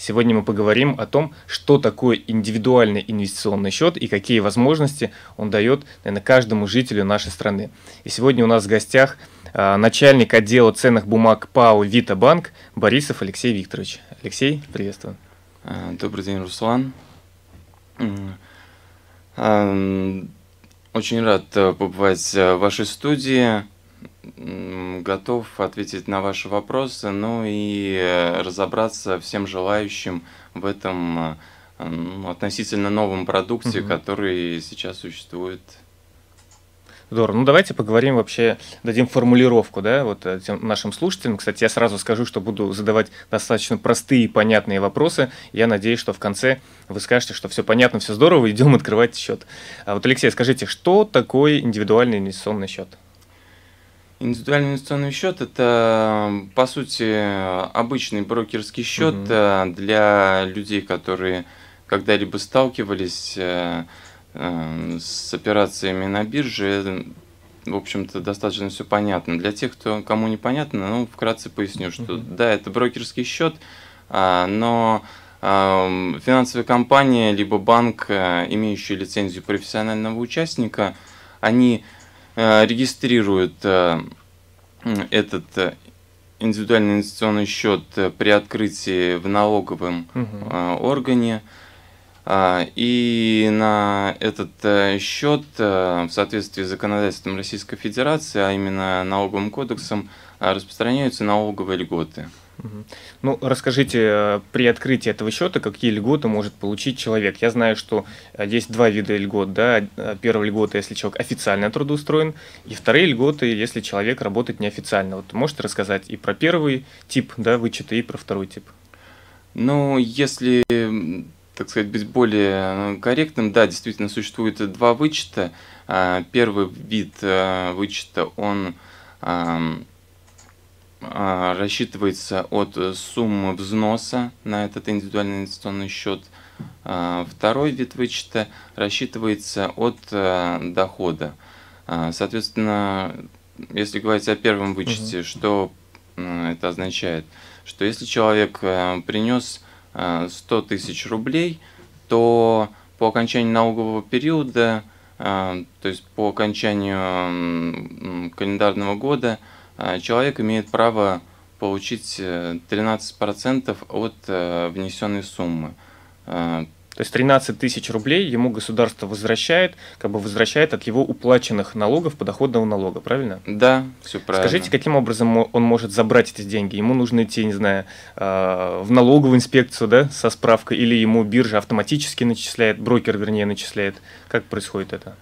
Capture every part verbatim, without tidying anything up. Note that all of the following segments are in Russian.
Сегодня мы поговорим о том, что такое индивидуальный инвестиционный счет и какие возможности он дает, наверное, каждому жителю нашей страны. И сегодня у нас в гостях а, начальник отдела ценных бумаг ПАО «Вита Банк» Борисов Алексей Викторович. Алексей, приветствую. Добрый день, Руслан. Очень рад побывать в вашей студии. Готов ответить на ваши вопросы, ну и разобраться всем желающим в этом ну, относительно новом продукте, угу. который сейчас существует. Здорово. Ну, давайте поговорим вообще, дадим формулировку, да, вот этим нашим слушателям. Кстати, я сразу скажу, что буду задавать достаточно простые и понятные вопросы. Я надеюсь, что в конце вы скажете, что все понятно, все здорово, идем открывать счет. А вот, Алексей, скажите, что такое индивидуальный инвестиционный счет? Индивидуальный инвестиционный счет – это, по сути, обычный брокерский счет угу. для людей, которые когда-либо сталкивались с операциями на бирже. В общем-то, достаточно все понятно. Для тех, кто, кому непонятно, ну, вкратце поясню, что uh-huh. да, это брокерский счет, но финансовая компания, либо банк, имеющий лицензию профессионального участника, они регистрируют этот индивидуальный инвестиционный счет при открытии в налоговом uh-huh. органе. И на этот счет в соответствии с законодательством Российской Федерации, а именно налоговым кодексом, распространяются налоговые льготы. Ну, расскажите, при открытии этого счета, какие льготы может получить человек? Я знаю, что есть два вида льгот. Да? Первая льгота, если человек официально трудоустроен, и вторые льготы, если человек работает неофициально. Вот можете рассказать и про первый тип, да, вычета, и про второй тип? Ну, если, так сказать, быть более корректным, да, действительно существует два вычета. Первый вид вычета, он рассчитывается от суммы взноса на этот индивидуальный инвестиционный счет. Второй вид вычета рассчитывается от дохода. Соответственно, если говорить о первом вычете, uh-huh. что это означает? Что если человек принес сто тысяч рублей, то по окончании налогового периода, то есть по окончанию календарного года, человек имеет право получить тринадцать процентов от внесенной суммы. То есть тринадцать тысяч рублей ему государство возвращает, как бы возвращает от его уплаченных налогов подоходного налога, правильно? Да, все правильно. Скажите, каким образом он может забрать эти деньги? Ему нужно идти, не знаю, в налоговую инспекцию, да, со справкой, или ему биржа автоматически начисляет, брокер, вернее, начисляет? Как происходит это?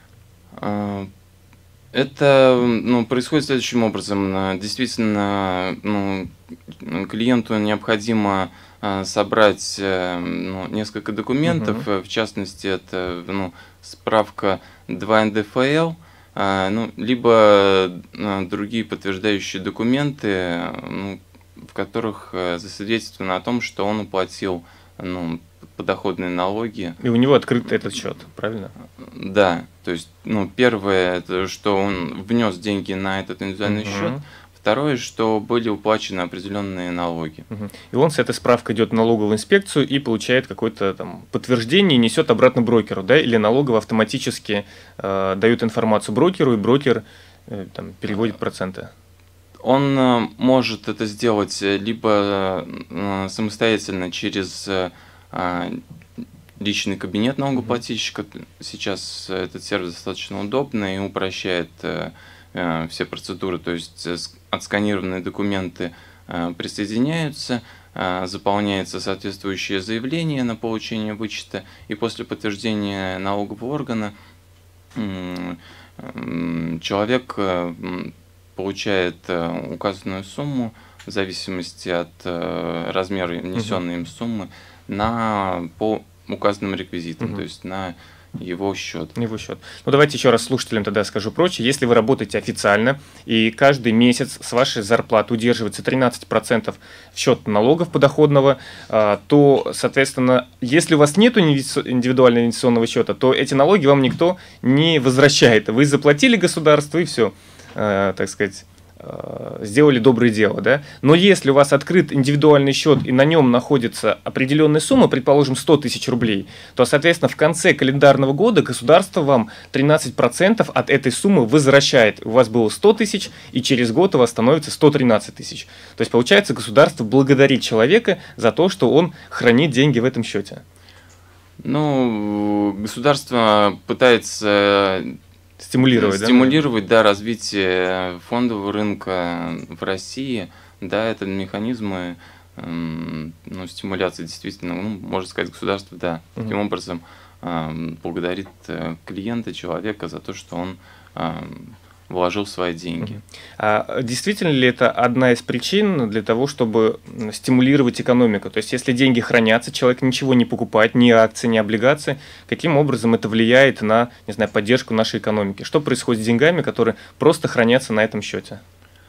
Это ну, происходит следующим образом. Действительно, ну, клиенту необходимо собрать ну, несколько документов, uh-huh. в частности, это ну, справка два эн дэ эф эл, ну, либо другие подтверждающие документы, ну, в которых засвидетельствовано о том, что он уплатил ну, подоходные налоги. И у него открыт этот счет, правильно? Да, то есть ну, первое, это что он внес деньги на этот индивидуальный uh-huh. счет. Второе, что были уплачены определенные налоги. Угу. И он с этой справкой идет в налоговую инспекцию и получает какое-то там подтверждение и несет обратно брокеру, да? Или налогово автоматически э, дают информацию брокеру, и брокер э, там, переводит проценты? Он э, может это сделать либо э, самостоятельно через э, личный кабинет налогоплательщика. Угу. Сейчас этот сервис достаточно удобный и упрощает э, все процедуры, то есть отсканированные документы присоединяются, заполняется соответствующее заявление на получение вычета, и после подтверждения налогового органа человек получает указанную сумму в зависимости от размера внесенной им суммы на, по указанным реквизитам, угу. то есть на его счет. Его счет. Ну, давайте еще раз слушателям тогда скажу прочее. Если вы работаете официально и каждый месяц с вашей зарплаты удерживается тринадцать процентов в счет налогов подоходного, то, соответственно, если у вас нет индивидуального инвестиционного счета, то эти налоги вам никто не возвращает. Вы заплатили государству, и все, так сказать, э, сделали доброе дело, да. Но если у вас открыт индивидуальный счет и на нем находится определенная сумма, предположим, сто тысяч рублей, то, соответственно, в конце календарного года государство вам тринадцать процентов от этой суммы возвращает. У вас было сто тысяч, и через год у вас становится сто тринадцать тысяч. То есть, получается, государство благодарит человека за то, что он хранит деньги в этом счете. Ну, государство пытается Стимулировать, стимулировать, да, да, развитие фондового рынка в России. Да, это механизмы эм, ну, стимуляции действительно, ну, можно сказать, государство, да, угу. таким образом эм, благодарит клиента, человека за то, что он эм, вложил свои деньги. А действительно ли это одна из причин для того, чтобы стимулировать экономику? То есть, если деньги хранятся, человек ничего не покупает, ни акции, ни облигации, каким образом это влияет на, не знаю, поддержку нашей экономики? Что происходит с деньгами, которые просто хранятся на этом счете?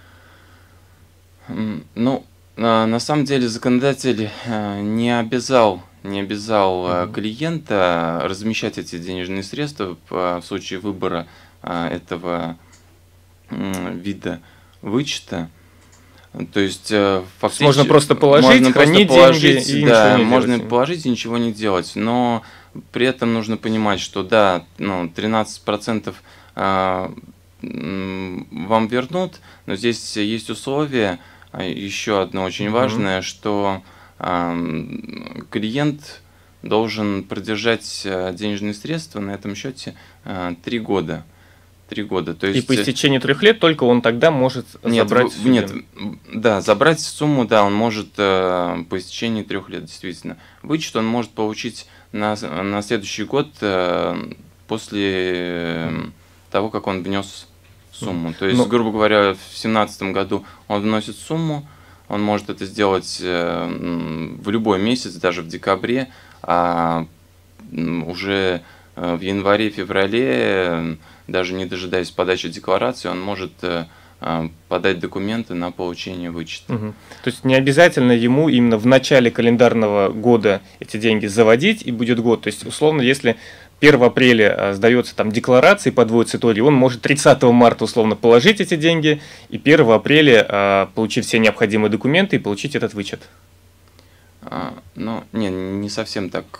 Ну, на самом деле законодатель не обязал, не обязал mm-hmm. клиента размещать эти денежные средства в случае выбора этого вида вычета. То есть фактически можно просто положить, можно хранить просто положить, деньги и да, ничего не можно делать. положить и ничего не делать. Но при этом нужно понимать, что да, ну, тринадцать процентов э, вам вернут, но здесь есть условие, еще одно очень важное, mm-hmm. что э, клиент должен продержать денежные средства на этом счете э, три года. Три года. То есть... И по истечении трех лет только он тогда может нет, забрать... В, нет, да, забрать сумму, да, он может э, по истечении трех лет, действительно. Вычет он может получить на, на следующий год э, после э, того, как он внес сумму. То есть, Но... грубо говоря, в две тысячи семнадцатом году он вносит сумму, он может это сделать э, в любой месяц, даже в декабре, а уже в январе-феврале, даже не дожидаясь подачи декларации, он может подать документы на получение вычета. Угу. То есть не обязательно ему именно в начале календарного года эти деньги заводить, и будет год. То есть, условно, если первого апреля сдается там декларация и подводятся итоги, он может тридцатого марта условно положить эти деньги и первого апреля получить все необходимые документы и получить этот вычет. А, ну, не, не совсем так.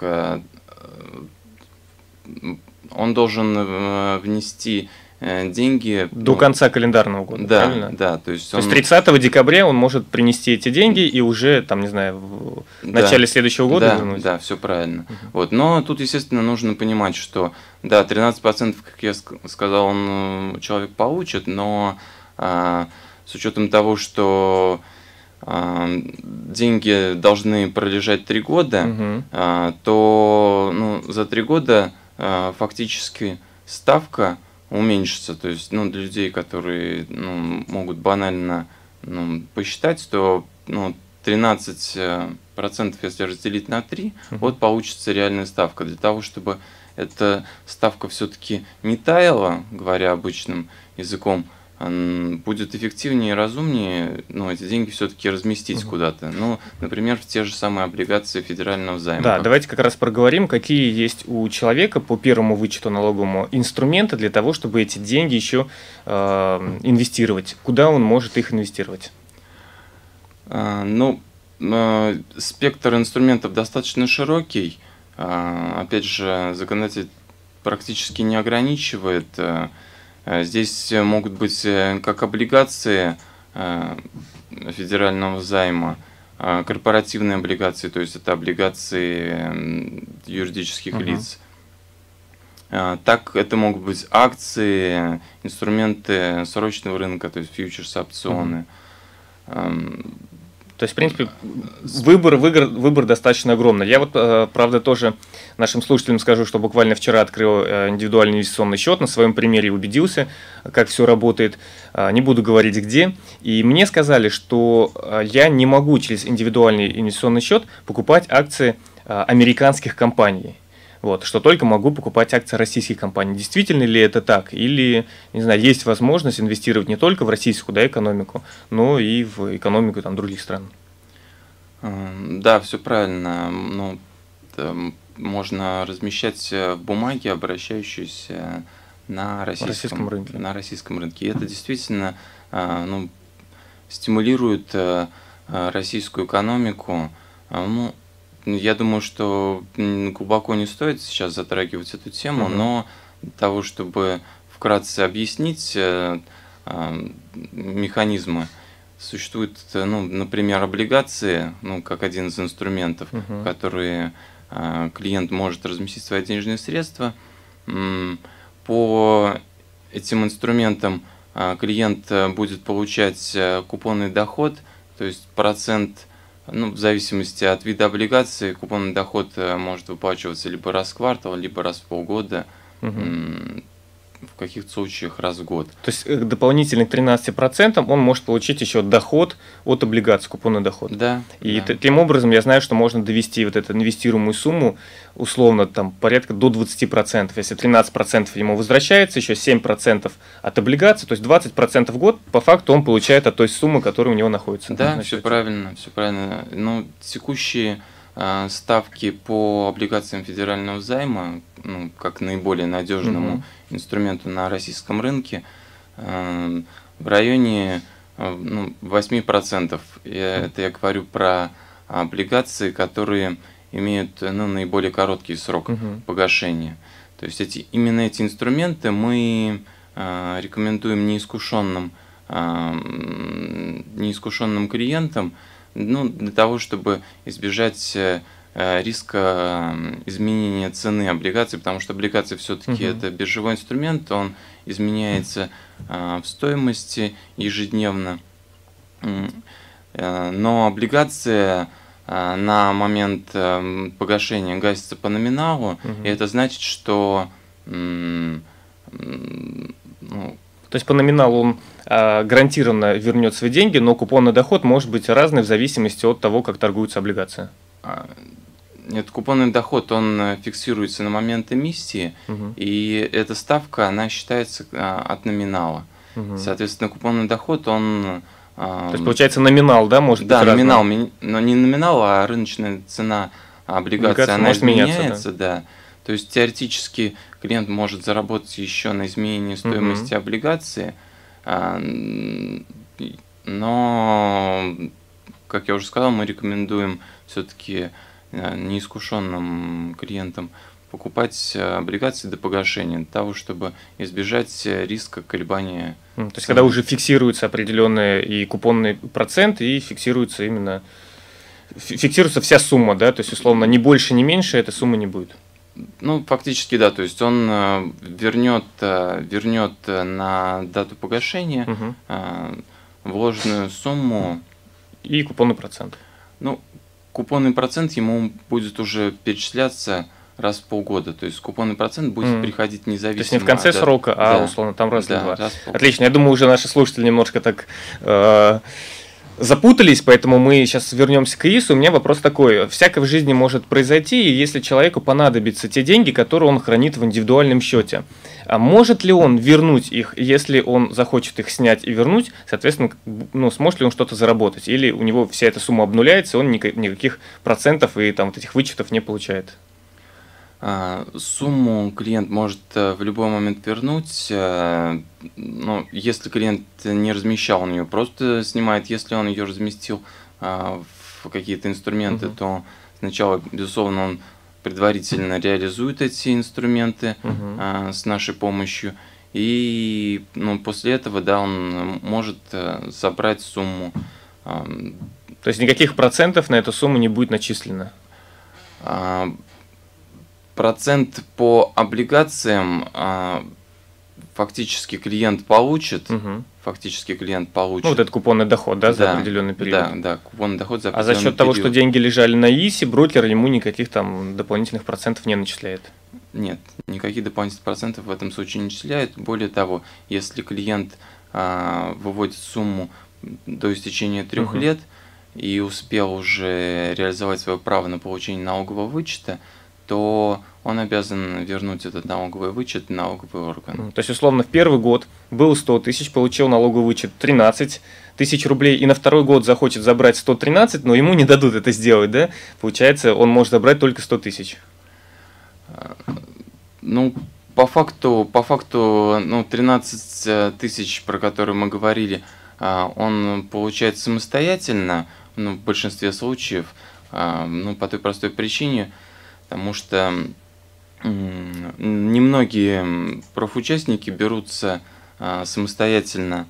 Он должен внести деньги до ну, конца календарного года, да, правильно? Да, то есть, то он... есть тридцатого декабря он может принести эти деньги и уже, там, не знаю, в да, начале следующего года да, вернуть. Да, все правильно. Uh-huh. Вот. Но тут, естественно, нужно понимать, что, да, тринадцать процентов, как я сказал, он человек получит, но а, с учетом того, что а, деньги должны пролежать три года, uh-huh. а, то ну, за три года а, фактически ставка уменьшится, то есть, ну, для людей, которые, ну, могут банально, ну, посчитать, то, ну, тринадцать процентов, если разделить на три, uh-huh. вот получится реальная ставка. Для того, чтобы эта ставка все-таки не таяла, говоря обычным языком, будет эффективнее и разумнее, ну, эти деньги все-таки разместить угу. куда-то. Ну, например, в те же самые облигации федерального займа. Да, как... давайте как раз проговорим, какие есть у человека по первому вычету налоговому инструменты для того, чтобы эти деньги еще э, инвестировать. Куда он может их инвестировать? А, ну, э, спектр инструментов достаточно широкий. А, опять же, законодатель практически не ограничивает. Здесь могут быть как облигации федерального займа, корпоративные облигации, то есть это облигации юридических uh-huh. лиц. Так это могут быть акции, инструменты срочного рынка, то есть фьючерс, опционы. Uh-huh. То есть, в принципе, выбор, выбор, выбор достаточно огромный. Я вот, правда, тоже нашим слушателям скажу, что буквально вчера открыл индивидуальный инвестиционный счет, на своем примере убедился, как все работает. Не буду говорить где. И мне сказали, что я не могу через индивидуальный инвестиционный счет покупать акции американских компаний. Вот, что только могу покупать акции российских компаний. Действительно ли это так? Или, не знаю, есть возможность инвестировать не только в российскую, да, экономику, но и в экономику там, других стран? Да, все правильно. Ну, можно размещать бумаги, обращающиеся на российском, российском рынке. На российском рынке. И это действительно, ну, стимулируют э, э, российскую экономику. А, Ну, я думаю, что м, глубоко не стоит сейчас затрагивать эту тему, Мгм. но для того, чтобы вкратце объяснить э, а, механизмы, существуют, э, ну, например, облигации, ну, как один из инструментов, в Мгм. которые а, клиент может разместить свои денежные средства. М, По этим инструментам а, клиент э, будет получать э, купонный доход, то есть процент, ну, в зависимости от вида облигации, купонный доход э, может выплачиваться либо раз в квартал, либо раз в полгода, Мгм. м, в каких-то случаях раз в год. То есть э, дополнительно к тринадцати процентам он может получить еще доход от облигаций, купонный доход. Да, И да. таким образом я знаю, что можно довести вот эту инвестируемую сумму условно там порядка до двадцати процентов. Если тринадцать процентов ему возвращается, еще семь процентов от облигаций, то есть двадцать процентов в год по факту он получает от той суммы, которая у него находится Да, на все счете. правильно, все правильно. Ну, текущие а, ставки по облигациям федерального займа, ну, как наиболее надежному Мгм. инструменту на российском рынке, а, в районе а, ну, восемь процентов. Я- Это я говорю про облигации, которые имеют, ну, наиболее короткий срок Мгм. погашения. То есть эти, именно эти инструменты мы а, рекомендуем неискушенным а, м, неискушенным клиентам, ну, для того, чтобы избежать э, э, риска м, изменения цены облигаций, потому что облигации все-таки Мгм. это биржевой инструмент, он изменяется а, в стоимости ежедневно. М, э, Но облигация а, на момент эм, погашения гасится по номиналу, и Мгм. это значит, что м, м, ну, То есть по номиналу он а, гарантированно вернет свои деньги, но купонный доход может быть разный в зависимости от того, как торгуется облигация. А, Нет, купонный доход, он э, фиксируется на момент эмиссии, Мгм. и эта ставка, она считается а, от номинала. Мгм. Соответственно, купонный доход, он... То есть ам, получается номинал, да, может быть Да, номинал, разным. ми- но не номинал, а рыночная цена облигации, Облигация она может меняться, да. изменяется, да. То есть теоретически клиент может заработать еще на изменении Мгм. стоимости облигации, а, м, и- но, как я уже сказал, мы рекомендуем все-таки неискушенным клиентам покупать э, облигации до погашения, для того, чтобы избежать э, риска колебания М, То есть когда цены. уже фиксируется определенный и купонный процент, и фиксируется именно фи- фиксируется вся сумма, да, то есть условно ни больше, ни меньше этой суммы не будет. Ну, фактически, да, то есть он э, вернет, э, вернет э, на дату погашения Мгм. э, вложенную сумму. И купонный процент. Ну, купонный процент ему будет уже перечисляться раз в полгода, то есть купонный процент будет М. приходить То есть не независимо в конце от даты. срока, а Да, условно там раз в да, два. раз в полгода. Отлично. Я думаю, уже наши слушатели немножко так э, запутались, поэтому мы сейчас вернемся к ИИСу. У меня вопрос такой. Всякое в жизни может произойти, и если человеку понадобятся те деньги, которые он хранит в индивидуальном счете, а может ли он вернуть их, если он захочет их снять и вернуть, соответственно, ну, сможет ли он что-то заработать? Или у него вся эта сумма обнуляется, и он ника- никаких процентов и там вот этих вычетов не получает? А, Сумму клиент может э, в любой момент вернуть. э, Ну, если клиент не размещал, он ее просто снимает. Если он ее разместил а, в какие-то инструменты, Мгм. то сначала, безусловно, он предварительно реализует эти инструменты Мгм. а, с нашей помощью. И, ну, после этого, да, он может э, забрать сумму. ам, То есть никаких процентов на эту сумму не будет начислено? а, Процент по облигациям а, фактически клиент получит. Мгм. Фактически клиент Ну, вот получит. этот купонный доход, да, за Да, определенный период. да, да, купонный доход за А за определенный счет того, что период. деньги лежали на ИИСе, брокер ему никаких там дополнительных процентов не начисляет. Нет, никаких дополнительных процентов в этом случае не начисляют. Более того, если клиент а, выводит сумму до истечения трех Мгм. лет и успел уже реализовать свое право на получение налогового вычета, то он обязан вернуть этот налоговый вычет в налоговый орган. М, То есть, условно, в первый год был сто тысяч, получил налоговый вычет тринадцать тысяч рублей, и на второй год захочет забрать сто тринадцать, но ему не дадут это сделать, да? Получается, он может забрать только сто тысяч. Ну, по факту, по факту, ну, тринадцать э, тысяч, про которые мы говорили, он получает самостоятельно, ну, в большинстве случаев, ну, по той простой причине, потому что немногие профучастники берутся самостоятельно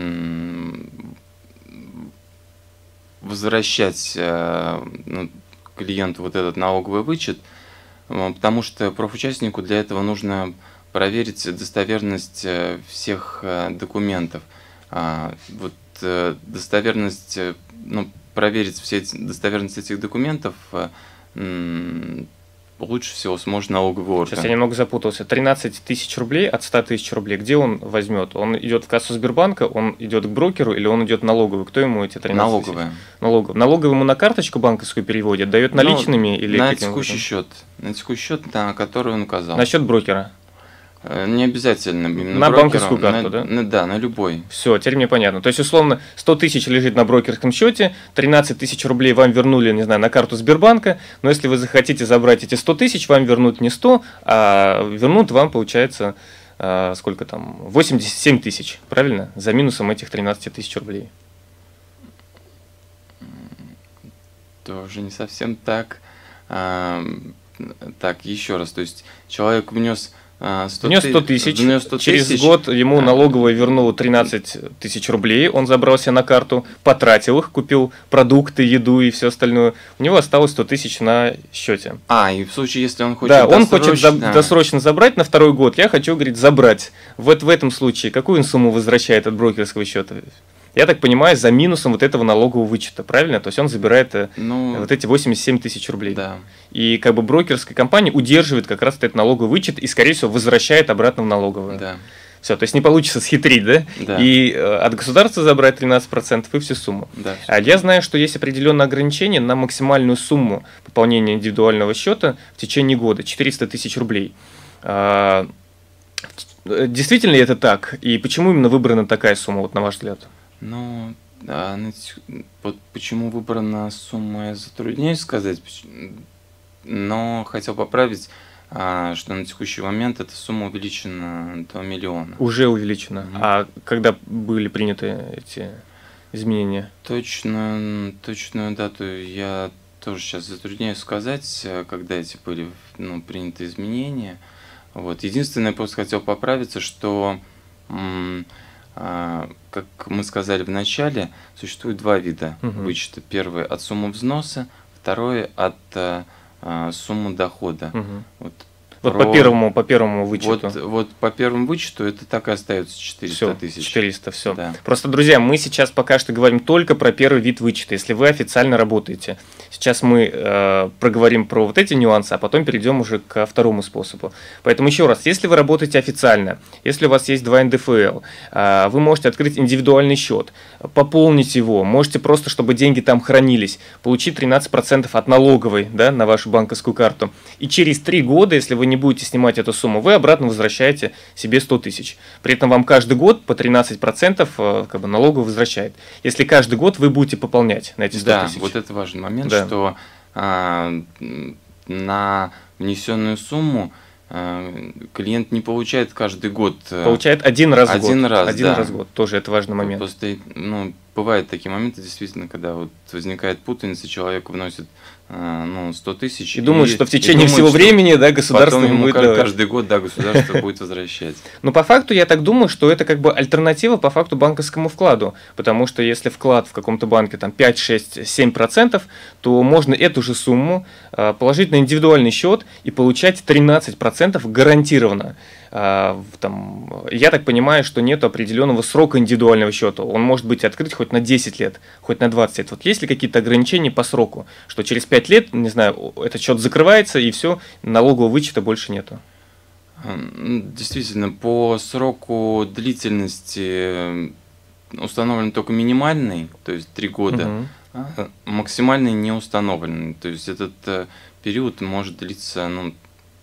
возвращать, ну, клиенту вот этот налоговый вычет, потому что профучастнику для этого нужно проверить достоверность всех документов. Вот достоверность, ну, проверить все эти, достоверность этих документов лучше всего сможет налоговый орган. Сейчас я немного запутался. тринадцать тысяч рублей от ста тысяч рублей. Где он возьмет? Он идет в кассу Сбербанка, он идет к брокеру или он идет в налоговую? Кто ему эти тринадцать тысяч? Налоговая. Налоговая. Налоговая ему на карточку банковскую переводит, дает наличными, ну, или на текущий счет, на текущий счет, на который он указал. На счет брокера. Не обязательно. На банковскую карту, на, да? На, да, на любой. Все, теперь мне понятно. То есть, условно, сто тысяч лежит на брокерском счете, тринадцать тысяч рублей вам вернули, не знаю, на карту Сбербанка, но если вы захотите забрать эти сто тысяч, вам вернут не сто, а вернут вам, получается, сколько там, восемьдесят семь тысяч, правильно? За минусом этих тринадцать тысяч рублей. Тоже не совсем так. А, так, еще раз, то есть человек внес Внес сто тысяч, через год ему налоговая вернула тринадцать тысяч рублей, он забрал себе на карту, потратил их, купил продукты, еду и все остальное. У него осталось сто тысяч на счете. А, и в случае, если он хочет Да, досрочно... он хочет за, досрочно забрать на второй год, я хочу, говорит, забрать. Вот в этом случае какую он сумму возвращает от брокерского счета? Я так понимаю, за минусом вот этого налогового вычета, правильно? То есть он забирает, ну, вот эти восемьдесят семь тысяч рублей. Да. И как бы брокерская компания удерживает как раз этот налоговый вычет и, скорее всего, возвращает обратно в налоговую. Да. Все, то есть не получится схитрить, да? Да. И э, от государства забрать тринадцать процентов и всю сумму. Да, а я знаю, что есть определенные ограничения на максимальную сумму пополнения индивидуального счета в течение года, четыреста тысяч рублей. А, действительно ли это так? И почему именно выбрана такая сумма, вот на ваш взгляд? Ну, да, вот почему выбрана сумма, я затрудняюсь сказать, но хотел поправить, что на текущий момент эта сумма увеличена до миллиона. Уже увеличена. Mm-hmm. А когда были приняты эти изменения? Точно, точную дату я тоже сейчас затрудняюсь сказать, когда эти были, ну, приняты изменения. Вот. Единственное, я просто хотел поправиться, что... Как мы сказали в начале, существует два вида угу. вычета. Первый от суммы взноса, второй от а, суммы дохода. Угу. Вот, вот про... по первому, по первому вычету. Вот, вот по первому вычету это так и остается четыреста тысяч. четыреста, все. Да. Просто, друзья, мы сейчас пока что говорим только про первый вид вычета, если вы официально работаете. Сейчас мы э, проговорим про вот эти нюансы, а потом перейдем уже ко второму способу. Поэтому еще раз, если вы работаете официально, если у вас есть два эн дэ эф эл, э, вы можете открыть индивидуальный счет, пополнить его, можете просто, чтобы деньги там хранились, получить тринадцать процентов от налоговой, да, на вашу банковскую карту. И через три года, если вы не будете снимать эту сумму, вы обратно возвращаете себе сто тысяч. При этом вам каждый год по тринадцать процентов э, как бы налоговая возвращает. Если каждый год вы будете пополнять на эти сто тысяч. Да, вот это важный момент, да. что а, на внесенную сумму а, клиент не получает каждый год. Получает один раз в год. Один раз, один да. раз в год. Тоже это важный момент. Просто, ну, бывают такие моменты, действительно, когда вот возникает путаница, человек вносит ну, сто тысяч. И думают, что в течение думают, всего времени, да, государство ему будет каждый, каждый год, да, государство будет возвращать. Но по факту я так думаю, что это как бы альтернатива по факту банковскому вкладу, потому что если вклад в каком-то банке там пять, шесть, семь процентов, то можно эту же сумму положить на индивидуальный счет и получать тринадцать процентов гарантированно. Там, я так понимаю, что нет определенного срока индивидуального счета. Он может быть открыт хоть на десять лет, хоть на двадцать лет. Вот есть ли какие-то ограничения по сроку, что через пять лет, не знаю, этот счет закрывается и все, налогового вычета больше нету? Действительно, по сроку длительности установлен только минимальный, то есть три года, угу. а максимальный не установлен. То есть этот период может длиться, ну,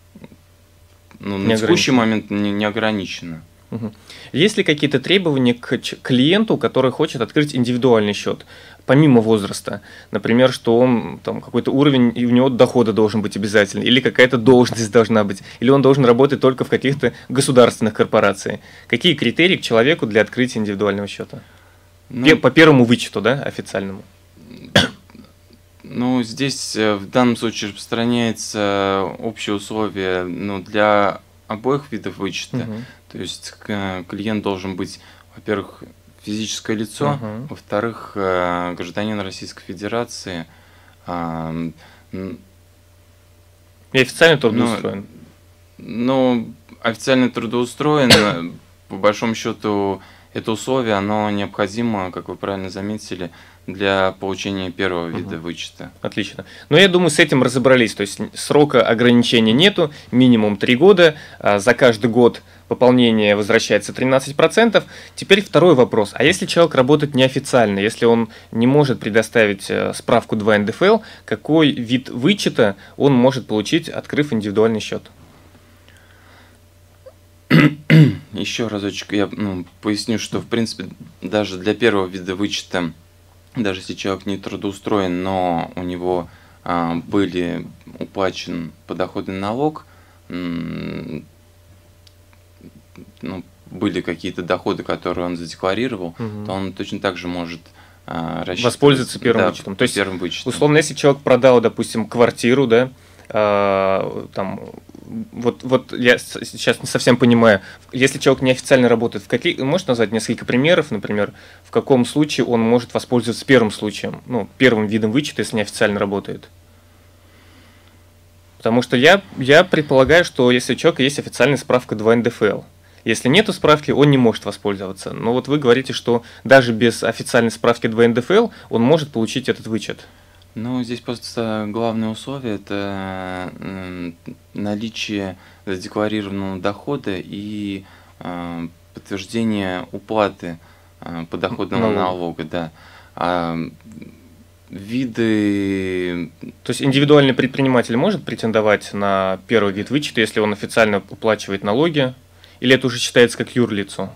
Ну, на текущий момент не, не ограничено. Угу. Есть ли какие-то требования к клиенту, который хочет открыть индивидуальный счет, помимо возраста? Например, что он там какой-то уровень, и у него дохода должен быть обязательно, или какая-то должность должна быть, или он должен работать только в каких-то государственных корпорациях. Какие критерии к человеку для открытия индивидуального счета? Ну, По первому вычету, да, официальному? Ну, здесь в данном случае распространяется общее условие, ну, для обоих видов вычета. Угу. То есть клиент должен быть, во-первых, физическое лицо, угу. во-вторых, гражданин Российской Федерации. И официально трудоустроен. Ну, ну, официально трудоустроен, по большому счету, это условие, оно необходимо, как вы правильно заметили, для получения первого вида угу. вычета. Отлично. Но я думаю, с этим разобрались. То есть срока ограничения нету, минимум три года. За каждый год пополнение возвращается тринадцать процентов. Теперь второй вопрос. А если человек работает неофициально, если он не может предоставить справку два эн дэ эф эл, какой вид вычета он может получить, открыв индивидуальный счет? Еще разочек я ну, поясню, что в принципе даже для первого вида вычета, даже если человек не трудоустроен, но у него а, были уплачен подоходный налог, ну, были какие-то доходы, которые он задекларировал, угу. то он точно так же может а, воспользоваться первым да, вычетом. То есть, первым вычетом. Условно, если человек продал, допустим, квартиру, да, а, там, вот, вот я сейчас не совсем понимаю, если человек неофициально работает, в какие, можешь назвать несколько примеров, например, в каком случае он может воспользоваться первым случаем, ну, первым видом вычета, если неофициально работает? Потому что я, я предполагаю, что если у человека есть официальная справка два эн дэ эф эл, если нету справки, он не может воспользоваться. Но вот вы говорите, что даже без официальной справки два эн дэ эф эл он может получить этот вычет. Ну, здесь просто главное условие – это наличие задекларированного дохода и э, подтверждение уплаты э, подоходного налога. налога да. А виды… То есть индивидуальный предприниматель может претендовать на первый вид вычета, если он официально уплачивает налоги? Или это уже считается как юрлицо?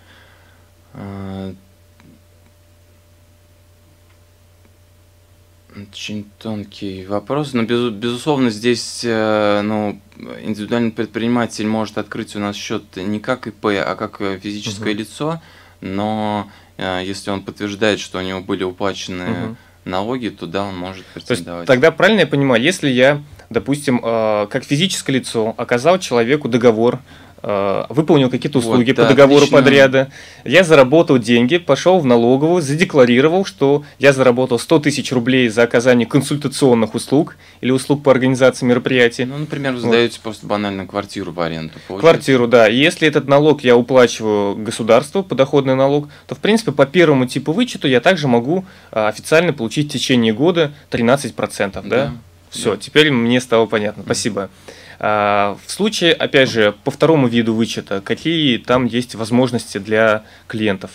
Очень тонкий вопрос, но без, безусловно здесь ну, индивидуальный предприниматель может открыть у нас счет не как и пэ, а как физическое угу. лицо, но если он подтверждает, что у него были уплачены угу. налоги, то да, он может претендовать. То есть, тогда правильно я понимаю, если я, допустим, как физическое лицо оказал человеку договор, выполнил какие-то услуги вот, по да, договору отлично. Подряда, я заработал деньги, пошел в налоговую, задекларировал, что я заработал сто тысяч рублей за оказание консультационных услуг или услуг по организации мероприятий. Ну, например, вы сдаете вот. просто банально квартиру в аренду. Получается. Квартиру, да. И если этот налог я уплачиваю государству, подоходный налог, то, в принципе, по первому типу вычету я также могу официально получить в течение года тринадцать процентов. Да? Да? Все, да. Теперь мне стало понятно. Спасибо. В случае, опять же, по второму виду вычета, какие там есть возможности для клиентов?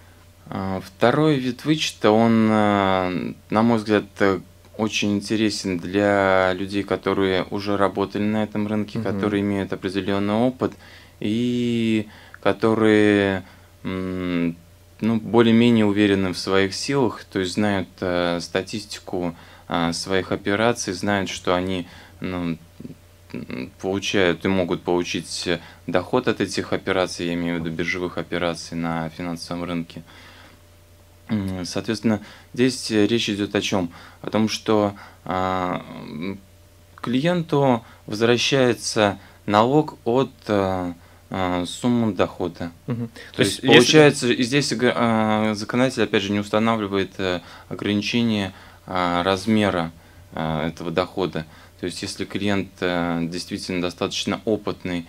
Второй вид вычета, он, на мой взгляд, очень интересен для людей, которые уже работали на этом рынке, угу. которые имеют определенный опыт и которые ну, более-менее уверены в своих силах, то есть знают статистику своих операций, знают, что они ну, получают и могут получить доход от этих операций, я имею в виду биржевых операций на финансовом рынке. Соответственно, здесь речь идет о чем? О том, что а, клиенту возвращается налог от а, суммы дохода. Угу. То, То есть, есть получается, если... и здесь а, законодатель, опять же, не устанавливает а, ограничение а, размера а, этого дохода. То есть, если клиент э, действительно достаточно опытный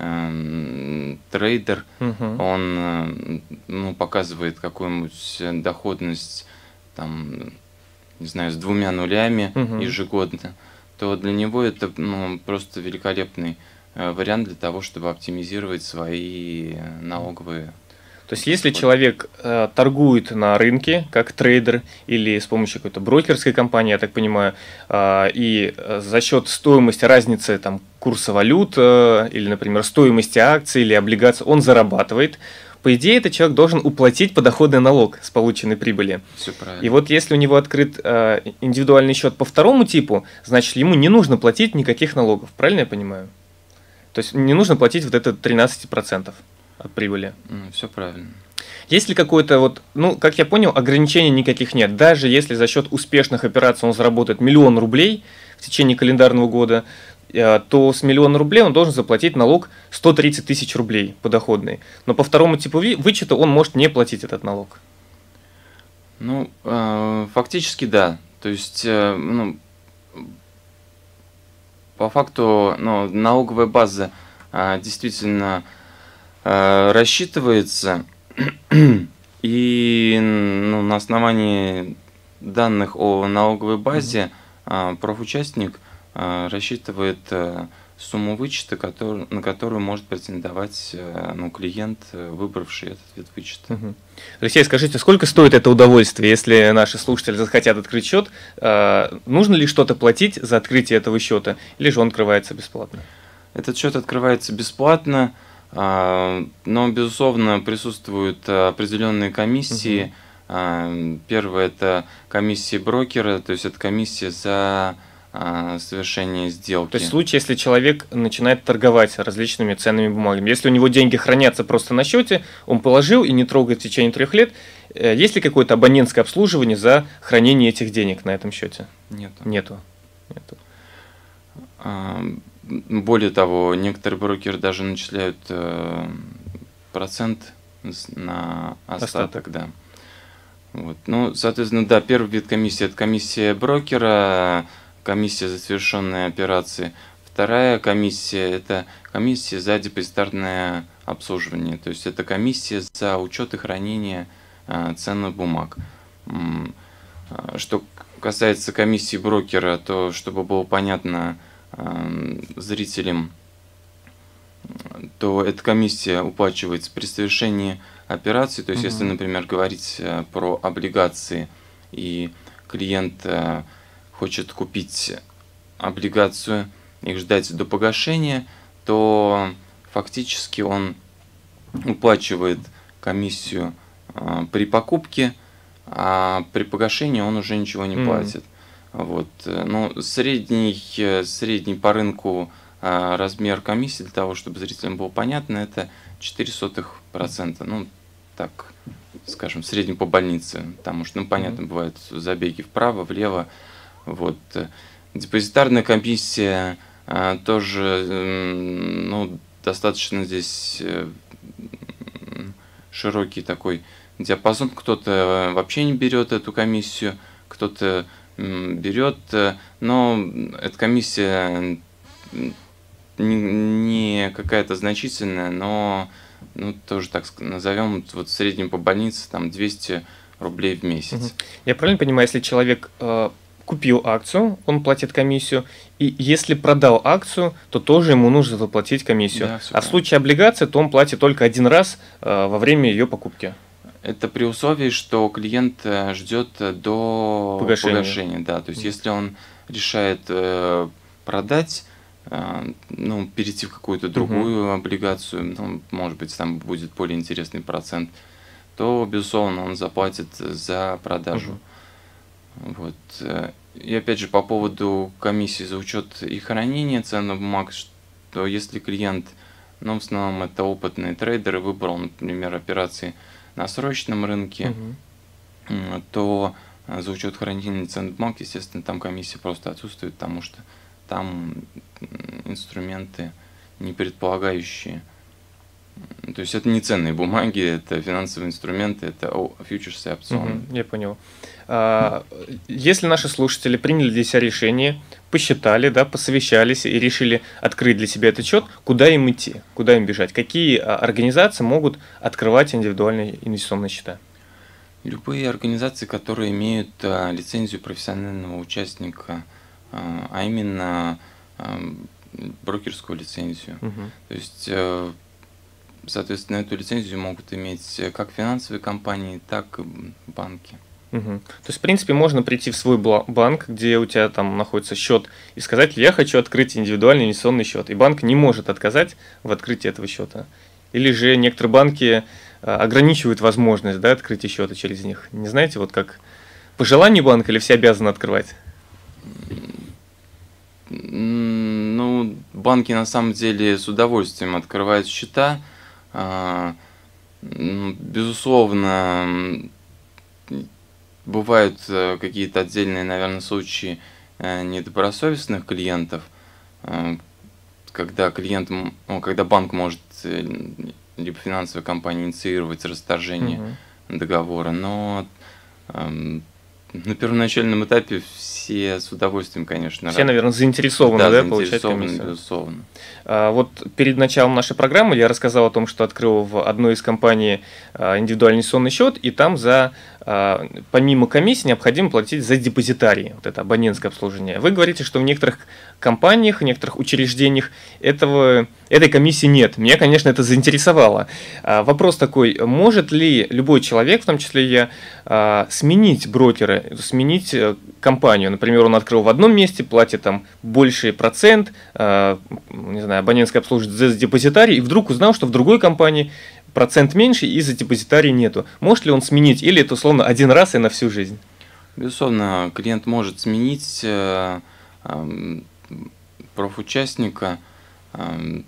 э, трейдер, угу. он э, ну, показывает какую-нибудь доходность, там, не знаю, с двумя нулями угу. ежегодно, то для него это ну, просто великолепный э, вариант для того, чтобы оптимизировать свои налоговые. То есть, если человек э, торгует на рынке, как трейдер, или с помощью какой-то брокерской компании, я так понимаю, э, и за счет стоимости, разницы там, курса валют, э, или, например, стоимости акций или облигаций, он зарабатывает, по идее, этот человек должен уплатить подоходный налог с полученной прибыли. Все правильно. И вот если у него открыт э, индивидуальный счет по второму типу, значит, ему не нужно платить никаких налогов. Правильно я понимаю? То есть, не нужно платить вот это тринадцать процентов. от прибыли. Все правильно. Есть ли какое-то, вот, ну, как я понял, ограничений никаких нет. Даже если за счет успешных операций он заработает миллион рублей в течение календарного года, то с миллиона рублей он должен заплатить налог сто тридцать тысяч рублей подоходный. Но по второму типу вычета он может не платить этот налог. Ну, фактически да. То есть, ну, по факту, ну, налоговая база действительно рассчитывается, и ну, на основании данных о налоговой базе профучастник рассчитывает сумму вычета, который, на которую может претендовать ну, клиент, выбравший этот вид вычета. Угу. Алексей, скажите, сколько стоит это удовольствие, если наши слушатели захотят открыть счет? Нужно ли что-то платить за открытие этого счета, или же он открывается бесплатно? Этот счет открывается бесплатно, но, безусловно, присутствуют определенные комиссии. Угу. Первое – это комиссия брокера, то есть это комиссия за совершение сделки. То есть в случае, если человек начинает торговать различными ценными бумагами, если у него деньги хранятся просто на счете, он положил и не трогает в течение трех лет, есть ли какое-то абонентское обслуживание за хранение этих денег на этом счете? Нету. Нету. Нету. Более того, некоторые брокеры даже начисляют процент на остаток. остаток. Да. Вот. Ну, соответственно, да, первый вид комиссии – это комиссия брокера, комиссия за совершенные операции. Вторая комиссия – это комиссия за депозитарное обслуживание. То есть это комиссия за учет и хранение э, ценных бумаг. Что касается комиссии брокера, то чтобы было понятно э, зрителям, то эта комиссия уплачивается при совершении операции. То есть, угу. если, например, говорить про облигации, и клиент э, хочет купить облигацию и ждать до погашения, то фактически он уплачивает комиссию э, при покупке, а при погашении он уже ничего не платит. Mm-hmm. Вот. Ну, средний, средний по рынку э, размер комиссии, для того, чтобы зрителям было понятно, это четыре сотых процента. Ну, так, скажем, в среднем по больнице, потому что, ну, понятно, mm-hmm. бывают забеги вправо, влево. Вот. Депозитарная комиссия а, тоже ну, достаточно здесь широкий такой диапазон. Кто-то вообще не берет эту комиссию, кто-то берет, но эта комиссия не, не какая-то значительная, но ну, тоже так назовем, вот в среднем по больнице там двести рублей в месяц. Я правильно понимаю, если человек э, купил акцию, он платит комиссию, и если продал акцию, то тоже ему нужно заплатить комиссию. Да, а в случае облигации, то он платит только один раз э, во время ее покупки. Это при условии, что клиент ждет до погашения. погашения да. То есть, mm. если он решает э, продать, э, ну, перейти в какую-то другую mm-hmm. облигацию, ну, может быть, там будет более интересный процент, то, безусловно, он заплатит за продажу. Mm-hmm. Вот. И опять же, по поводу комиссии за учет и хранение ценных бумаг, что если клиент, ну, в основном это опытные трейдеры, выбрал, например, операции на срочном рынке, угу. то за учет хранения ценных бумаг, естественно, там комиссия просто отсутствует, потому что там инструменты не предполагающие. То есть это не ценные бумаги, это финансовые инструменты, это фьючерсы и опционы. Угу, я понял. А, если наши слушатели приняли для себя решение, посчитали, да, посовещались и решили открыть для себя этот счет, куда им идти, куда им бежать? Какие организации могут открывать индивидуальные инвестиционные счета? Любые организации, которые имеют а, лицензию профессионального участника, а, а именно а, брокерскую лицензию. Угу. То есть, а, соответственно, эту лицензию могут иметь как финансовые компании, так и банки. Угу. То есть, в принципе, можно прийти в свой банк, где у тебя там находится счет, и сказать: я хочу открыть индивидуальный инвестиционный счет. И банк не может отказать в открытии этого счета. Или же некоторые банки ограничивают возможность, да, открытия счета через них. Не знаете, вот как по желанию банка или все обязаны открывать? Ну, банки на самом деле с удовольствием открывают счета, А, м, Безусловно, м, бывают э, какие-то отдельные, наверное, случаи э, недобросовестных клиентов, э, когда клиент, м- ну, когда банк может э, либо финансовая компания инициировать расторжение Мгм. договора, но ам, на первоначальном этапе все с удовольствием, конечно, Все, рады. наверное, заинтересованы, Да, да, получать заинтересованы, комиссию. безусловно. А, Вот перед началом нашей программы я рассказал о том, что открыл в одной из компаний а, индивидуальный инвестиционный счет, и там за а, помимо комиссии необходимо платить за депозитарий, вот это абонентское обслуживание. Вы говорите, что в некоторых компаниях, в некоторых учреждениях этого, этой комиссии нет. Меня, конечно, это заинтересовало. А, Вопрос такой, может ли любой человек, в том числе я, а, сменить брокера, сменить э, компанию? Например, он открыл в одном месте, платит там больший процент, а, не знаю, абонентское обслуживание за депозитарий, и вдруг узнал, что в другой компании процент меньше и за депозитарий нету. Может ли он сменить, или это условно один раз и на всю жизнь? Безусловно, клиент может сменить э, ам, профучастника. ам,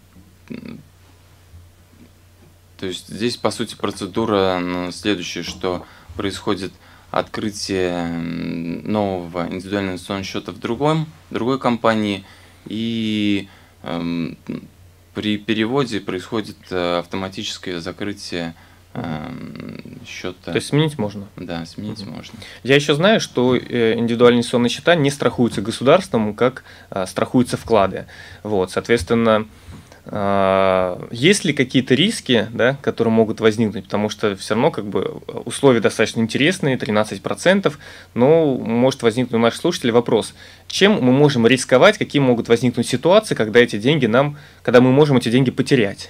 То есть здесь, по сути, процедура ну, следующая, что происходит открытие м, нового индивидуального инвестиционного счета в другом, другой компании, и эм, при переводе происходит э, автоматическое закрытие эм, То счета. есть сменить можно? Да, сменить Мгм. можно. Я еще знаю, что э, индивидуальные инвестиционные счета не страхуются государством, как а, страхуются вклады. Вот, соответственно, а, есть ли какие-то риски, да, которые могут возникнуть? Потому что все равно как бы условия достаточно интересные, тринадцать процентов, но может возникнуть у наших слушателей вопрос, чем мы можем рисковать, какие могут возникнуть ситуации, когда эти деньги нам, когда мы можем эти деньги потерять?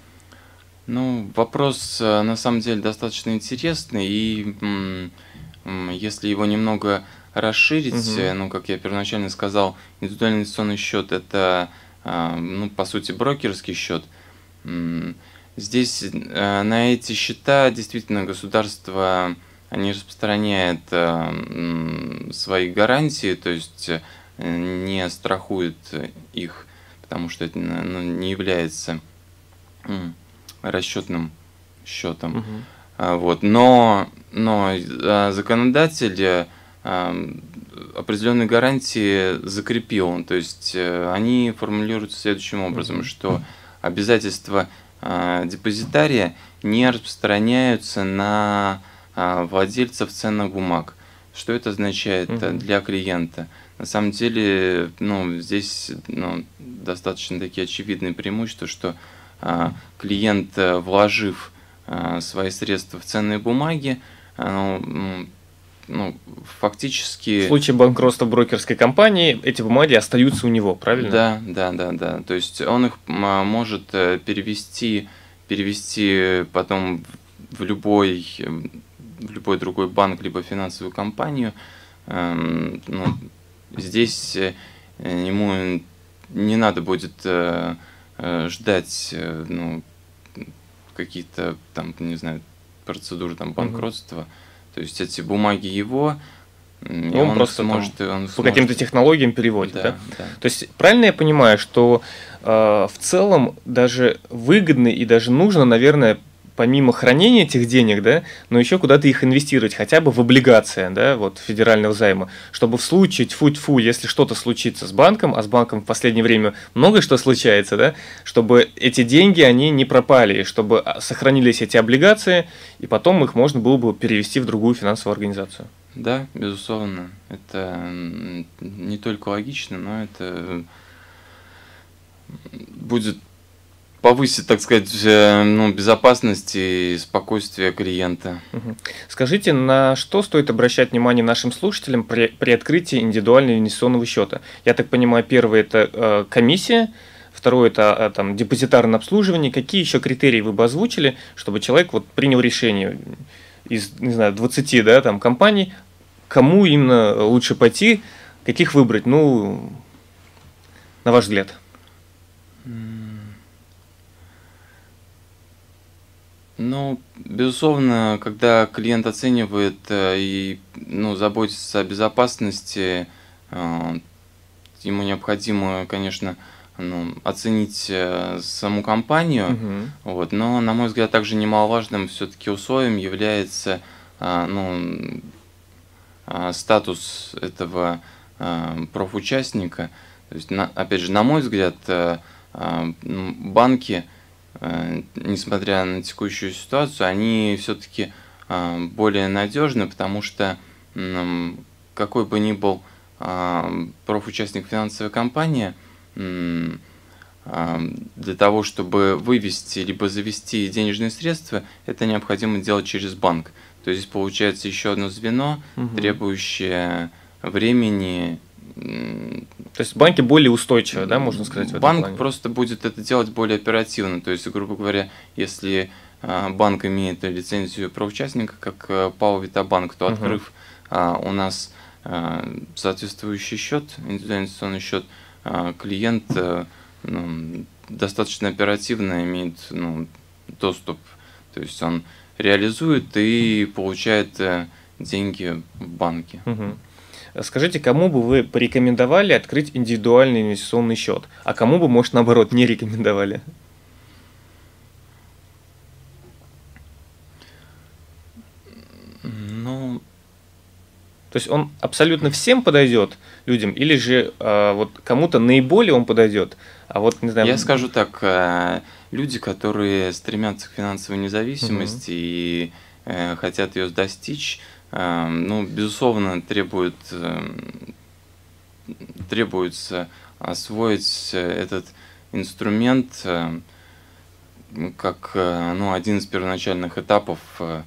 Ну, вопрос э, на самом деле достаточно интересный, и м, м, если его немного расширить, Мгм. э, ну, как я первоначально сказал, индивидуальный инвестиционный счет это, а, ну, по сути, брокерский счет. М, Здесь э, на эти счета действительно государство не распространяет э, м, свои гарантии, то есть э, не страхует их, потому что это ну, не является м, расчетным счетом. Мгм. А, Вот. Но, но а, законодатель э, ам, определенные гарантии закрепил. То есть э, они формулируются следующим образом, Мгм. что обязательства а, депозитария не распространяются на а, владельцев ценных бумаг. Что это означает э, Мгм. для клиента? На самом деле, ну, здесь ну, достаточно такие очевидные преимущества, что а, клиент, э, вложив а, свои средства в ценные бумаги, а, ну, м, ну, В фактически, случае банкротства брокерской компании эти бумаги остаются у него, правильно? да, да, да, да. То есть он их м, а, может э, перевести, перевести потом в в любой, м, в любой другой банк, либо финансовую компанию. Эм, Ну, здесь э, ему не надо будет э, э, ждать, э, ну, какие-то там, не знаю, процедуры там Мгм. банкротства. То есть эти бумаги его, м, И и он он их просто там сможет, и он их по каким-то сможет. технологиям переводит, да? Да, да. То есть правильно я понимаю, что э, в целом даже выгодно и даже нужно, наверное, помимо хранения этих денег, да, но еще куда-то их инвестировать, хотя бы в облигации, да, вот федерального займа, чтобы в случае, тьфу-тьфу, если что-то случится с банком, а с банком в последнее время многое что случается, да, чтобы эти деньги, они не пропали, и чтобы а, сохранились эти облигации, и потом их можно было бы перевести в другую финансовую организацию. Да, безусловно. Это м, не только логично, но это будет повысить, так сказать, э, ну, безопасность и спокойствие клиента. Мгм. Скажите, на что стоит обращать внимание нашим слушателям при, при открытии индивидуального инвестиционного счета? Я так понимаю, первое это э, комиссия, второе это э, там, депозитарное обслуживание. Какие еще критерии вы бы озвучили, чтобы человек вот, принял решение из, не знаю, двадцати, да, там, компаний, кому именно лучше пойти, каких выбрать, ну, на ваш взгляд? М, Ну, безусловно, когда клиент оценивает э, и ну, заботится о безопасности, э, ему необходимо, конечно, ну, оценить э, саму компанию. Мгм. Вот. Но, на мой взгляд, также немаловажным все-таки условием является а, ну, а, статус этого а, профучастника. То есть, на- опять же, на мой взгляд, э, а, м, банки, э, несмотря на текущую ситуацию, они все-таки более надежны, потому что м, какой бы ни был а, профучастник финансовой компании, м, а, для того, чтобы вывести либо завести денежные средства, это необходимо делать через банк. То есть здесь получается еще одно звено, Мгм. требующее времени. м, То есть банки более устойчивые, да, можно сказать в этом Банк плане? просто будет это делать более оперативно. То есть, грубо говоря, если а, банк имеет лицензию правоучастника, как э, ПАО «Витабанк», то, Мгм. открыв а, у нас а, соответствующий счет, индивидуальный инвестиционный счет, а, клиент э, ну, достаточно оперативно имеет ну, доступ. То есть он реализует и получает э, деньги в банке. Мгм. Скажите, кому бы вы порекомендовали открыть индивидуальный инвестиционный счет, а кому бы, может, наоборот, не рекомендовали? Ну, То есть он абсолютно всем подойдет людям, или же а, вот кому-то наиболее он подойдет, а вот, не Я знаю. скажу так, э, люди, которые стремятся к финансовой Мгм. независимости и э, хотят ее достичь, э, ну, безусловно, требуют, эм, требуется освоить э, этот инструмент э, м, как э, ну, один из первоначальных этапов, э,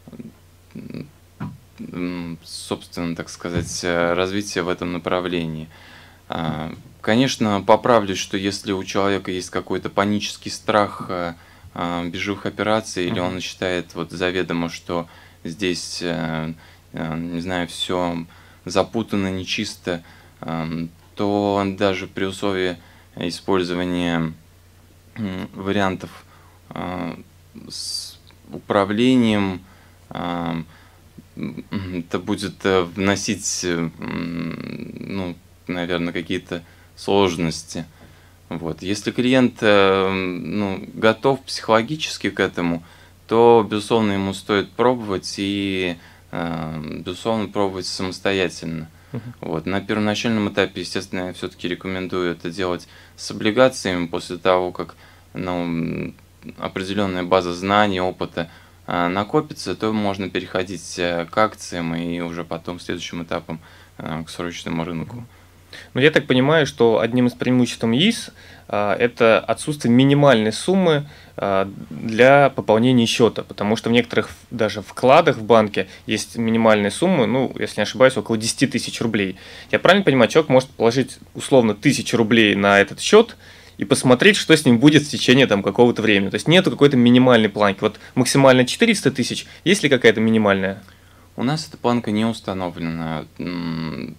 м, собственно, так сказать, э, развития в этом направлении. А, Конечно, поправлюсь, что если у человека есть какой-то панический страх э, а, биржевых операций, или Мгм. он считает вот заведомо, что здесь, э, э, не знаю, все запутано, нечисто, ам, то он даже при условии использования м, вариантов а, с управлением, ам, м, это будет э, вносить, э, м, ну, наверное, какие-то сложности. Вот. Если клиент э, ну, готов психологически к этому, то, безусловно, ему стоит пробовать и, э, безусловно, пробовать самостоятельно. Мгм. Вот. На первоначальном этапе, естественно, я все-таки рекомендую это делать с облигациями после того, как ну, м, определенная база знаний, опыта а, накопится, то можно переходить э, к акциям и уже потом следующим этапом э, к срочному рынку. Мгм. Ну, я так понимаю, что одним из преимуществ ИИС а, это отсутствие минимальной суммы а, для пополнения счета, потому что в некоторых в- даже вкладах в банке есть минимальная сумма, ну, если не ошибаюсь, около десяти тысяч рублей. Я правильно понимаю, человек может положить условно тысячу рублей на этот счет и посмотреть, что с ним будет в течение там какого-то времени. То есть нету какой-то минимальной планки. Вот максимально четыреста тысяч, есть ли какая-то минимальная? У нас эта планка не установлена. М,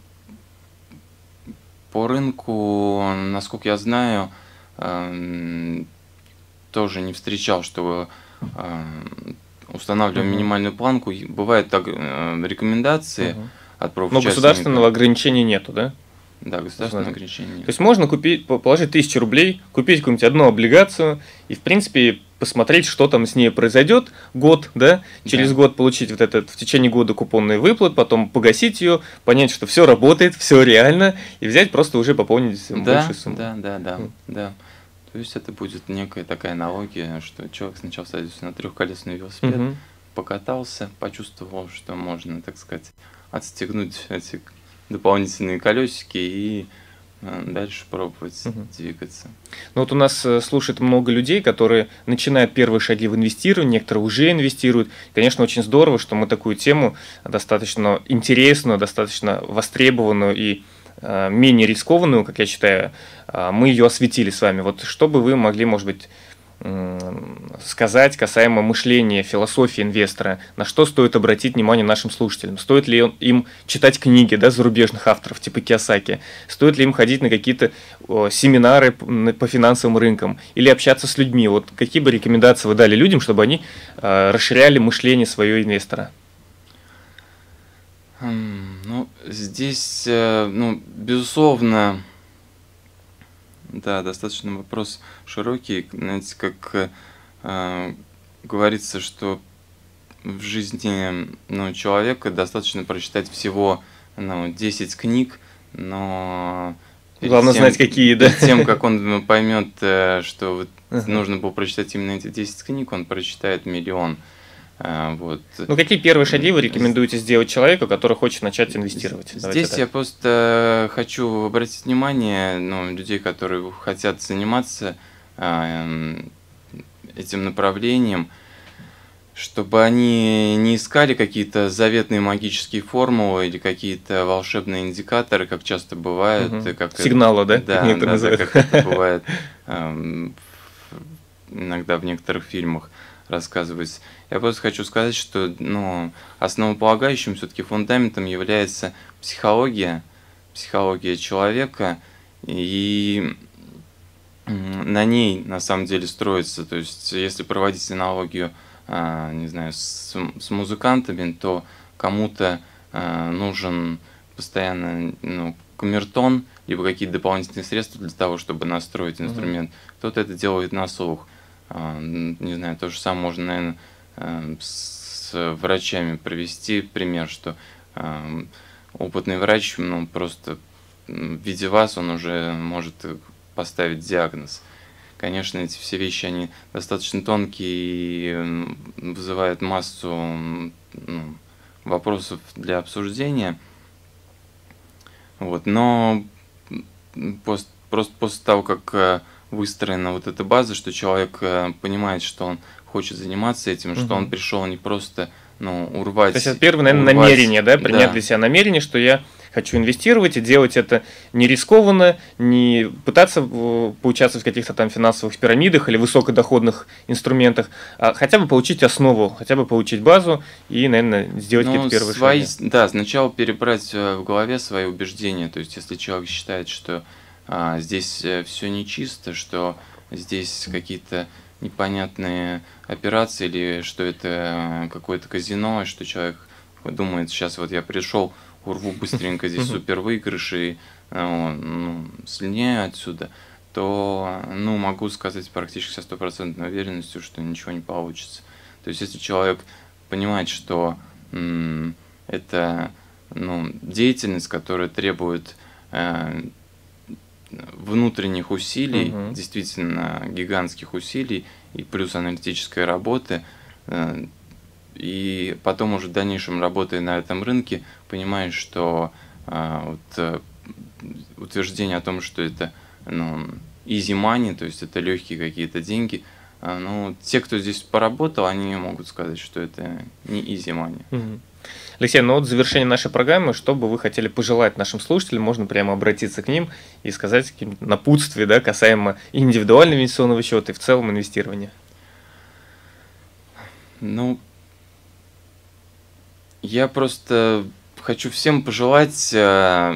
По рынку, насколько я знаю, эм, тоже не встречал, что эм, устанавливаем Мгм. минимальную планку. И бывают так, э, рекомендации Мгм. от Но профучастника, государственного ограничения нету, да? да, государственного Посмотрим. ограничения То нет. есть можно купить, по- положить тысячу рублей, купить какую-нибудь одну облигацию и, в принципе, посмотреть, что там с ней произойдет год, да, через Да. год получить вот этот в течение года купонный выплат, потом погасить ее, понять, что все работает, все реально, и взять просто уже пополнить большую Да, сумму. да, да, да, М. да. То есть это будет некая такая аналогия, что человек сначала садится на трехколесный велосипед, Мгм. покатался, почувствовал, что можно, так сказать, отстегнуть эти дополнительные колесики и э, дальше пробовать Мгм. двигаться. Ну вот у нас э, слушает много людей, которые начинают первые шаги в инвестировании, некоторые уже инвестируют. Конечно, очень здорово, что мы такую тему достаточно интересную, достаточно востребованную и э, менее рискованную, как я считаю, э, мы ее осветили с вами. Вот что бы вы могли, может быть, м, сказать касаемо мышления, философии инвестора, на что стоит обратить внимание нашим слушателям? Стоит ли он- им читать книги, да, зарубежных авторов типа Кiyosaki? Стоит ли им ходить на какие-то о, семинары п- на- по финансовым рынкам или общаться с людьми? Вот какие бы рекомендации вы дали людям, чтобы они э, расширяли мышление своего инвестора? М, Ну, здесь, э, ну, безусловно, Да, достаточно вопрос широкий. Знаете, как э, говорится, что в жизни, ну, человека достаточно прочитать всего, ну, десять книг, но перед Главное знать, тем, какие, да? перед тем, как он поймет, э, что вот Ага. нужно было прочитать именно эти десять книг, он прочитает миллион. Э, Вот. Ну, какие первые шаги вы З- рекомендуете сделать человеку, который хочет начать инвестировать? з- Давайте Здесь я так. просто хочу обратить внимание, ну, людей, которые хотят заниматься а, м, этим направлением, чтобы они не искали какие-то заветные магические формулы или какие-то волшебные индикаторы, как часто бывает, и Мгм. как это, Сигналы, да, как да, некоторые да, да, называют? как это бывает ам, в- иногда в некоторых фильмах рассказывается. Я просто хочу сказать, что, ну, основополагающим все-таки фундаментом является психология, психология человека, и М, на ней на самом деле строится. То есть, если проводить аналогию, а, не знаю, с, м- с музыкантами, то кому-то а, нужен постоянно, ну, камертон, либо какие-то дополнительные средства для того, чтобы настроить Мгм. инструмент. Кто-то это делает на слух. А, н- не знаю, то же самое можно, наверное, с врачами провести пример, что ам, опытный врач, ну, просто м, в виде вас он уже может э, поставить диагноз. Конечно, эти все вещи, они достаточно тонкие и м, вызывают массу м, ну, вопросов для обсуждения. Вот, но м, пос- просто после того, как э, выстроена вот эта база, что человек э, понимает, что он хочет заниматься этим, что он Мгм. пришел не просто, ну, То есть это урвать, первое, наверное, урвать, намерение, да, принять для да, себя намерение, что я хочу инвестировать и делать это не рискованно, не пытаться э, поучаствовать в каких-то там финансовых пирамидах или высокодоходных инструментах, а хотя бы получить основу, хотя бы получить базу и, наверное, сделать какие-то ну, первые свои, шаги. с- да, сначала перебрать э, в голове свои убеждения. То есть, если человек считает, что а, здесь все нечисто, что здесь какие-то непонятные операции или что это э, какое-то казино, и что человек думает, сейчас вот я пришел, урву быстренько здесь Мгм. супер выигрыш и э, ну, слиняю отсюда, то, ну, могу сказать практически со стопроцентной уверенностью, что ничего не получится. То есть, если человек понимает, что м, это, ну, деятельность, которая требует э, внутренних усилий, Мгм. действительно гигантских усилий, и плюс аналитической работы, э, и потом уже в дальнейшем, работая на этом рынке, понимаешь, что а, вот, э, утверждение о том, что это, ну, easy money, то есть это легкие какие-то деньги, а, ну, те, кто здесь поработал, они могут сказать, что это не easy money. Мгм. Алексей, ну вот в завершение нашей программы, что бы вы хотели пожелать нашим слушателям, можно прямо обратиться к ним и сказать какие-то напутствия, да, касаемо индивидуального инвестиционного счета и в целом инвестирования. Ну, я просто хочу всем пожелать э,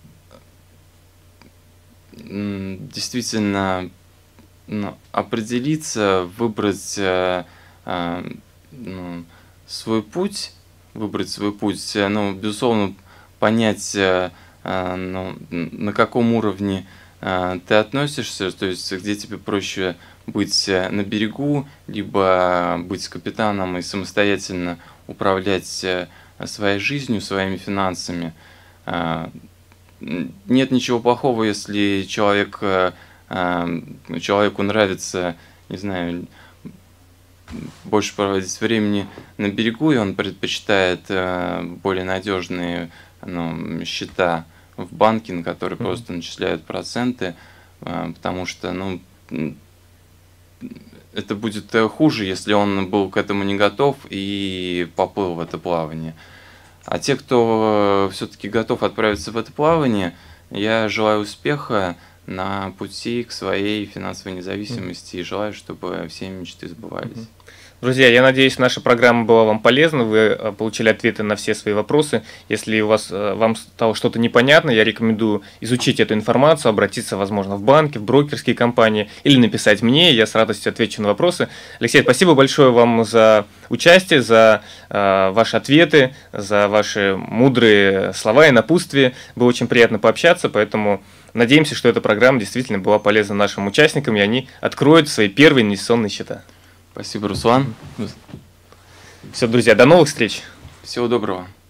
м, действительно, ну, определиться, выбрать э, а, ну, свой путь, выбрать свой путь, э, ну, безусловно, понять, э, а, ну, н- на каком уровне а, ты относишься, то есть где тебе проще быть э, на берегу, либо быть капитаном и самостоятельно управлять э, своей жизнью, своими финансами. А, н- Нет ничего плохого, если человек э, а, человеку нравится, не знаю, больше проводить времени на берегу, и он предпочитает э, более надежные, ну, счета в банке, на которые Мгм. просто начисляют проценты, э, потому что, ну, м, это будет э, хуже, если он был к этому не готов и поплыл в это плавание. А те, кто все-таки готов отправиться в это плавание, я желаю успеха на пути к своей финансовой Мгм. независимости и желаю, чтобы все мечты Мгм. сбывались. Друзья, я надеюсь, наша программа была вам полезна, вы получили ответы на все свои вопросы. Если у вас, вам стало что-то непонятно, я рекомендую изучить эту информацию, обратиться, возможно, в банки, в брокерские компании или написать мне, я с радостью отвечу на вопросы. Алексей, спасибо большое вам за участие, за э, ваши ответы, за ваши мудрые слова и напутствия. Было очень приятно пообщаться, поэтому надеемся, что эта программа действительно была полезна нашим участникам, и они откроют свои первые инвестиционные счета. Спасибо, Руслан. Все, друзья, до новых встреч. Всего доброго.